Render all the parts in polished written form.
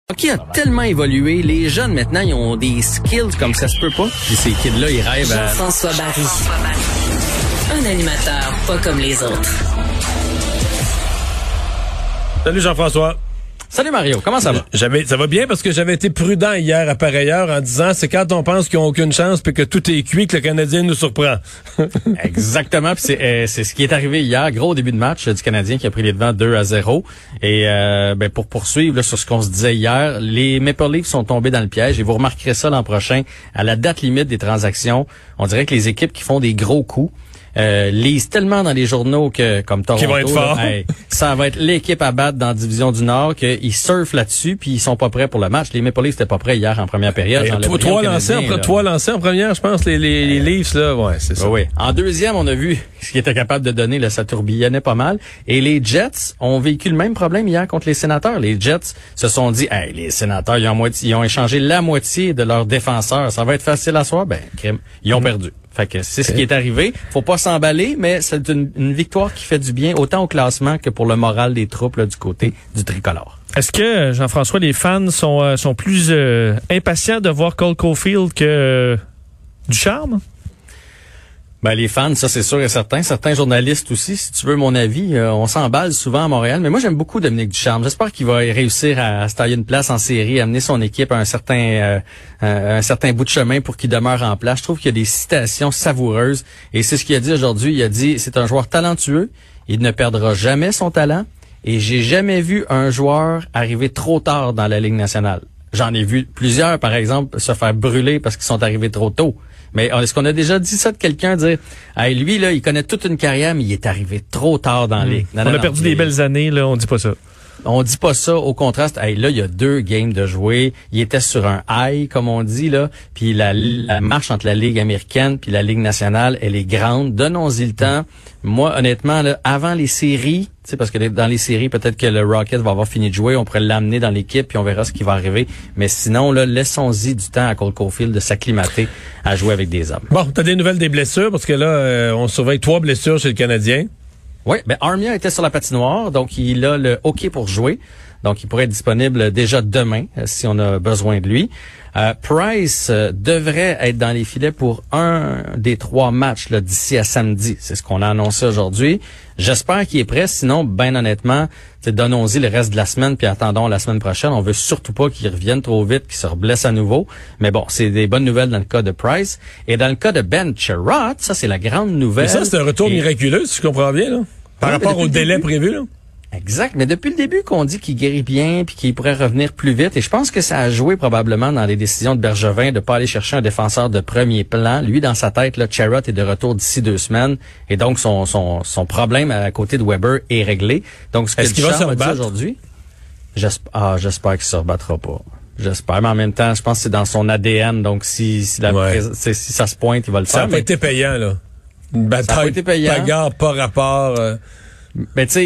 Qui a tellement évolué, les jeunes maintenant, ils ont des skills comme ça se peut pas. Puis ces kids-là, ils rêvent à... Jean-François Barry. Un animateur pas comme les autres. Salut Jean-François. Salut Mario, comment ça va? Ça va bien parce que j'avais été prudent hier à pareille heure en disant c'est quand on pense qu'ils n'ont aucune chance puis que tout est cuit que le Canadien nous surprend. Exactement, puis c'est ce qui est arrivé hier, gros début de match du Canadien qui a pris les devants 2-0. Et pour poursuivre là, sur ce qu'on se disait hier, les Maple Leafs sont tombés dans le piège et vous remarquerez ça l'an prochain, à la date limite des transactions, on dirait que les équipes qui font des gros coups lisent tellement dans les journaux que comme Toronto, qui vont être forts. Ça va être l'équipe à battre dans la division du Nord, qu'ils surfent là-dessus puis ils sont pas prêts pour le match. Les Maple Leafs étaient pas prêts hier en première période. Trois lancés en première, je pense, les Leafs là, ouais, c'est ça. Oui. En deuxième, on a vu ce qu'ils étaient capables de donner, là, ça tourbillonnait pas mal. Et les Jets ont vécu le même problème hier contre les Sénateurs. Les Jets se sont dit, les Sénateurs, ils ont échangé la moitié de leurs défenseurs. Ça va être facile à soir. Ils ont perdu. Fait que c'est ce qui est arrivé. Faut pas s'emballer, mais c'est une victoire qui fait du bien autant au classement que pour le moral des troupes là, du côté du tricolore. Est-ce que, Jean-François, les fans sont plus impatients de voir Cole Caulfield que du charme? Les fans, ça c'est sûr et certain. Certains journalistes aussi, si tu veux mon avis, on s'emballe souvent à Montréal. Mais moi, j'aime beaucoup Dominique Ducharme. J'espère qu'il va réussir à se tailler une place en série, à amener son équipe à un certain bout de chemin pour qu'il demeure en place. Je trouve qu'il y a des citations savoureuses. Et c'est ce qu'il a dit aujourd'hui. Il a dit, c'est un joueur talentueux. Il ne perdra jamais son talent. Et j'ai jamais vu un joueur arriver trop tard dans la Ligue nationale. J'en ai vu plusieurs, par exemple, se faire brûler parce qu'ils sont arrivés trop tôt. Mais est-ce qu'on a déjà dit ça de quelqu'un, dire lui, là, il connaît toute une carrière, mais il est arrivé trop tard dans la Ligue. On a perdu des belles années, là, on dit pas ça. On dit pas ça. Au contraste, là, il y a 2 games de jouer. Il était sur un high, comme on dit, là. Puis la marche entre la Ligue américaine puis la Ligue nationale, elle est grande. Donnons-y le temps. Moi, honnêtement, là, avant les séries, tu sais, parce que dans les séries, peut-être que le Rocket va avoir fini de jouer, on pourrait l'amener dans l'équipe puis on verra ce qui va arriver. Mais sinon, là, laissons-y du temps à Cole Caulfield de s'acclimater à jouer avec des hommes. Bon, t'as des nouvelles des blessures parce que là, on surveille 3 blessures chez le Canadien. Oui, Armia était sur la patinoire, donc il a le OK pour jouer. Donc, il pourrait être disponible déjà demain si on a besoin de lui. Price devrait être dans les filets pour un des 3 matchs là, d'ici à samedi. C'est ce qu'on a annoncé aujourd'hui. J'espère qu'il est prêt. Sinon, ben honnêtement, donnons-y le reste de la semaine puis attendons la semaine prochaine. On veut surtout pas qu'il revienne trop vite, qu'il se reblesse à nouveau. Mais bon, c'est des bonnes nouvelles dans le cas de Price. Et dans le cas de Ben Chiarot, ça, c'est la grande nouvelle. Mais ça, c'est un retour miraculeux, si je comprends bien, là. Par rapport au délai prévu, là. Exact. Mais depuis le début qu'on dit qu'il guérit bien puis qu'il pourrait revenir plus vite, et je pense que ça a joué probablement dans les décisions de Bergevin de pas aller chercher un défenseur de premier plan. Lui, dans sa tête, là, Chiarot est de retour d'ici 2 semaines et donc son problème à côté de Weber est réglé. Donc, ce que Ducharme a dit aujourd'hui, j'espère qu'il se rebattra pas. J'espère, mais en même temps, je pense que c'est dans son ADN. Donc, si ça se pointe, il va le faire. Ça n'a pas été payant, là. Une bataille, bagarre, pas rapport. Ben tu sais,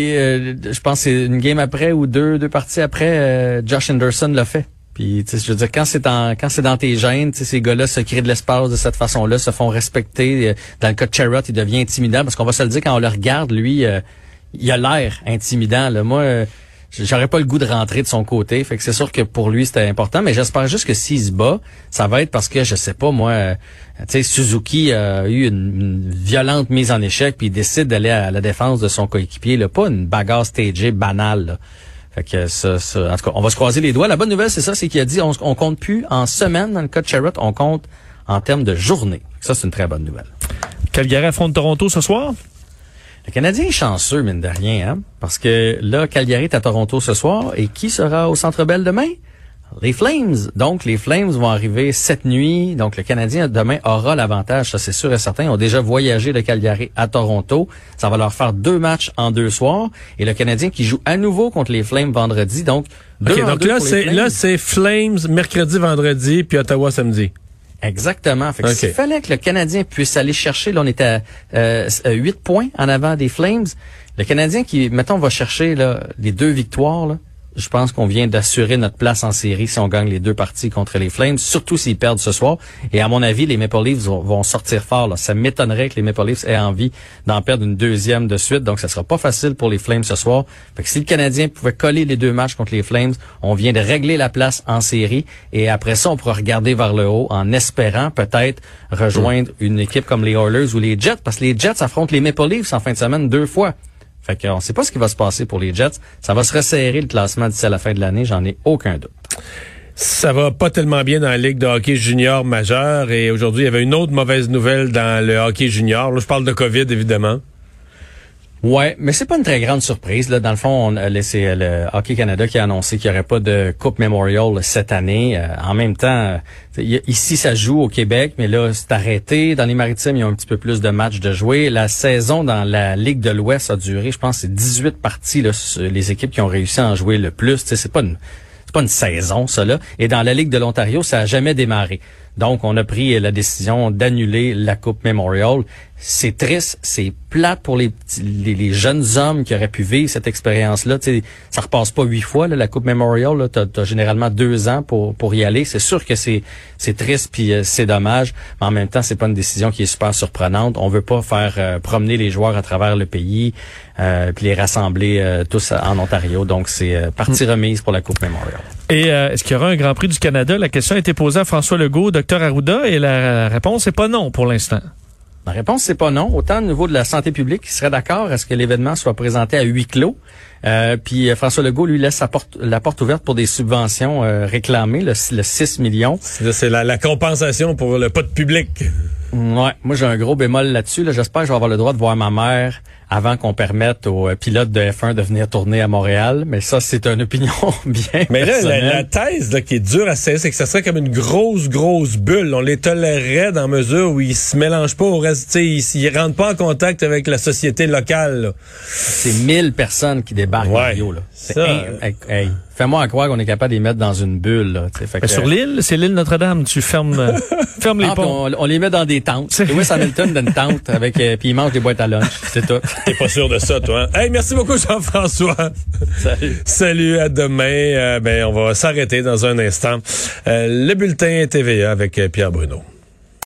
je pense que c'est une game après ou deux parties après, Josh Anderson l'a fait. Puis tu sais, je veux dire, quand c'est dans tes gènes, tu sais, ces gars-là se créent de l'espace de cette façon-là, se font respecter. Dans le cas de Chiarot, il devient intimidant parce qu'on va se le dire quand on le regarde, lui, il a l'air intimidant. Là, moi. J'aurais pas le goût de rentrer de son côté. Fait que c'est sûr que pour lui, c'était important. Mais j'espère juste que s'il se bat, ça va être parce que, je sais pas, moi, tu sais, Suzuki a eu une violente mise en échec puis il décide d'aller à la défense de son coéquipier. Là, pas une bagarre stagée banale. Là. Fait que ça, en tout cas, on va se croiser les doigts. La bonne nouvelle, c'est ça, c'est qu'il a dit, on compte plus en semaine dans le cas de Chiarot, on compte en termes de journée. Ça, c'est une très bonne nouvelle. Calgary affronte Toronto ce soir? Le Canadien est chanceux, mine de rien, hein? Parce que là, Calgary est à Toronto ce soir. Et qui sera au Centre Bell demain? Les Flames. Donc, les Flames vont arriver cette nuit. Donc, le Canadien, demain, aura l'avantage. Ça, c'est sûr et certain. Ils ont déjà voyagé de Calgary à Toronto. Ça va leur faire 2 matchs en 2 soirs. Et le Canadien qui joue à nouveau contre les Flames vendredi. Donc, là, c'est Flames mercredi, vendredi, puis Ottawa samedi. Exactement. Fait que s'il fallait que le Canadien puisse aller chercher, là, on était à 8 points en avant des Flames. Le Canadien qui, mettons, va chercher là, les 2 victoires, là, je pense qu'on vient d'assurer notre place en série si on gagne les 2 parties contre les Flames, surtout s'ils perdent ce soir. Et à mon avis, les Maple Leafs vont sortir fort, là. Ça m'étonnerait que les Maple Leafs aient envie d'en perdre une 2e de suite. Donc, ça sera pas facile pour les Flames ce soir. Fait que si le Canadien pouvait coller les 2 matchs contre les Flames, on vient de régler la place en série. Et après ça, on pourra regarder vers le haut en espérant peut-être rejoindre une équipe comme les Oilers ou les Jets. Parce que les Jets affrontent les Maple Leafs en fin de semaine 2 fois. Fait qu'on sait pas ce qui va se passer pour les Jets. Ça va se resserrer le classement d'ici à la fin de l'année, j'en ai aucun doute. Ça va pas tellement bien dans la Ligue de hockey junior majeure et aujourd'hui, il y avait une autre mauvaise nouvelle dans le hockey junior. Là, je parle de COVID, évidemment. Ouais, mais c'est pas une très grande surprise. Là, dans le fond, c'est le Hockey Canada qui a annoncé qu'il n'y aurait pas de Coupe Memorial cette année. En même temps, ici, ça joue au Québec, mais là, c'est arrêté. Dans les Maritimes, il y a un petit peu plus de matchs de jouer. La saison dans la Ligue de l'Ouest a duré, je pense, c'est 18 parties. Là, les équipes qui ont réussi à en jouer le plus. C'est pas une saison, ça là. Et dans la Ligue de l'Ontario, ça a jamais démarré. Donc, on a pris la décision d'annuler la Coupe Memorial. C'est triste, c'est plate pour les jeunes hommes qui auraient pu vivre cette expérience-là. Tu sais, ça repasse pas 8 fois, là, la Coupe Memorial. Là, t'as généralement 2 ans pour y aller. C'est sûr que c'est triste puis c'est dommage. Mais en même temps, c'est pas une décision qui est super surprenante. On veut pas faire promener les joueurs à travers le pays puis les rassembler tous en Ontario. Donc, c'est partie remise pour la Coupe Memorial. Et est-ce qu'il y aura un Grand Prix du Canada? La question a été posée à François Legault, Dr Arruda, et la réponse est pas non pour l'instant. La réponse, c'est pas non. Autant au niveau de la santé publique, il serait d'accord à ce que l'événement soit présenté à huis clos. Puis François Legault lui laisse la porte ouverte pour des subventions réclamées, le 6 millions. C'est la compensation pour le pas de public. Ouais, moi j'ai un gros bémol là-dessus. Là. J'espère que je vais avoir le droit de voir ma mère avant qu'on permette aux pilotes de F1 de venir tourner à Montréal. Mais ça, c'est une opinion bien Mais là, personnelle. la thèse là, qui est dure à saisir, c'est que ça serait comme une grosse bulle. On les tolérerait dans mesure où ils se mélangent pas au reste. Ils rentrent pas en contact avec la société locale. Là. C'est 1000 personnes qui débarquent dans Rio. Là. Hey, fais-moi croire qu'on est capable de les mettre dans une bulle. Là, fait que, sur l'île, c'est l'île Notre-Dame. Tu fermes les ponts. On les met dans des tentes. Lewis Hamilton dans une tente avec puis il mange des boîtes à lunch. C'est tout. T'es pas sûr de ça, toi. Hein? Hey, merci beaucoup, Jean-François. Salut. Salut, à demain. On va s'arrêter dans un instant. Le bulletin TVA avec Pierre Bruno.